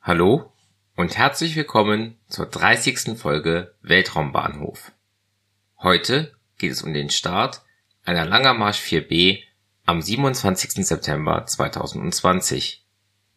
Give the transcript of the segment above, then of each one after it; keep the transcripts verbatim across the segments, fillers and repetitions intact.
Hallo und herzlich willkommen zur dreißigsten Folge Weltraumbahnhof. Heute geht es um den Start einer Langermarsch vier B am siebenundzwanzigsten September zweitausendzwanzig.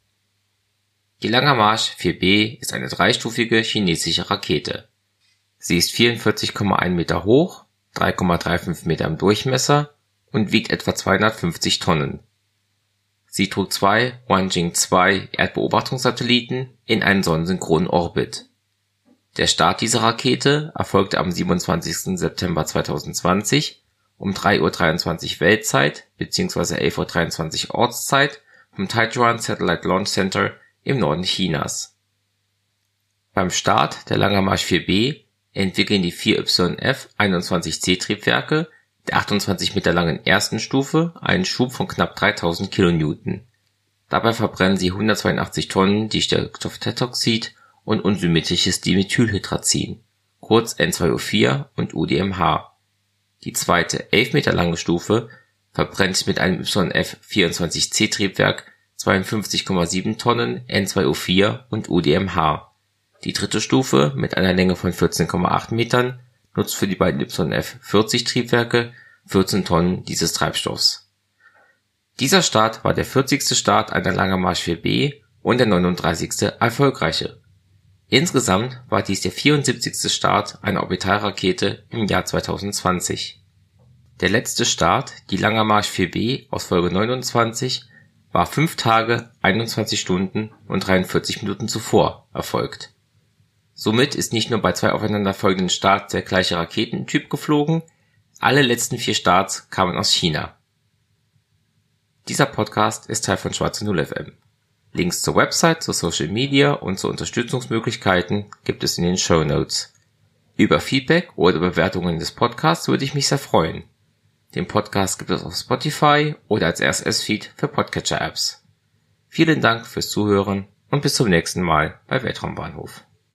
Die Langermarsch vier B ist eine dreistufige chinesische Rakete. Sie ist vierundvierzig Komma eins Meter hoch, drei Komma fünfunddreißig Meter im Durchmesser und wiegt etwa zweihundertfünfzig Tonnen. Sie trug zwei Huanjing zwei Erdbeobachtungssatelliten in einen sonnensynchronen Orbit. Der Start dieser Rakete erfolgte am siebenundzwanzigsten September zweitausendzwanzig um drei Uhr dreiundzwanzig Weltzeit bzw. elf Uhr dreiundzwanzig Ortszeit vom Taizhuan Satellite Launch Center im Norden Chinas. Beim Start der Langermarsch vier B entwickeln die vier Y F einundzwanzig C Triebwerke der achtundzwanzig Meter langen ersten Stufe einen Schub von knapp dreitausend Kilonewton. Dabei verbrennen sie hundertzweiundachtzig Tonnen Distickstofftetroxid und unsymmetrisches Dimethylhydrazin, kurz N zwei O vier und U D M H. Die zweite, elf Meter lange Stufe verbrennt mit einem Y F vierundzwanzig C Triebwerk zweiundfünfzig Komma sieben Tonnen N zwei O vier und U D M H. Die dritte Stufe mit einer Länge von vierzehn Komma acht Metern nutzt für die beiden Y F vierzig Triebwerke vierzehn Tonnen dieses Treibstoffs. Dieser Start war der vierzigste Start einer Langermarsch vier B und der neununddreißigste erfolgreiche. Insgesamt war dies der vierundsiebzigste Start einer Orbitalrakete im Jahr zweitausendzwanzig. Der letzte Start, die Langermarsch vier B aus Folge neunundzwanzig, war fünf Tage, einundzwanzig Stunden und dreiundvierzig Minuten zuvor erfolgt. Somit ist nicht nur bei zwei aufeinanderfolgenden Starts der gleiche Raketentyp geflogen, alle letzten vier Starts kamen aus China. Dieser Podcast ist Teil von Schwarze Null F M. Links zur Website, zu Social Media und zu Unterstützungsmöglichkeiten gibt es in den Shownotes. Über Feedback oder Bewertungen des Podcasts würde ich mich sehr freuen. Den Podcast gibt es auf Spotify oder als R S S-Feed für Podcatcher-Apps. Vielen Dank fürs Zuhören und bis zum nächsten Mal bei Weltraumbahnhof.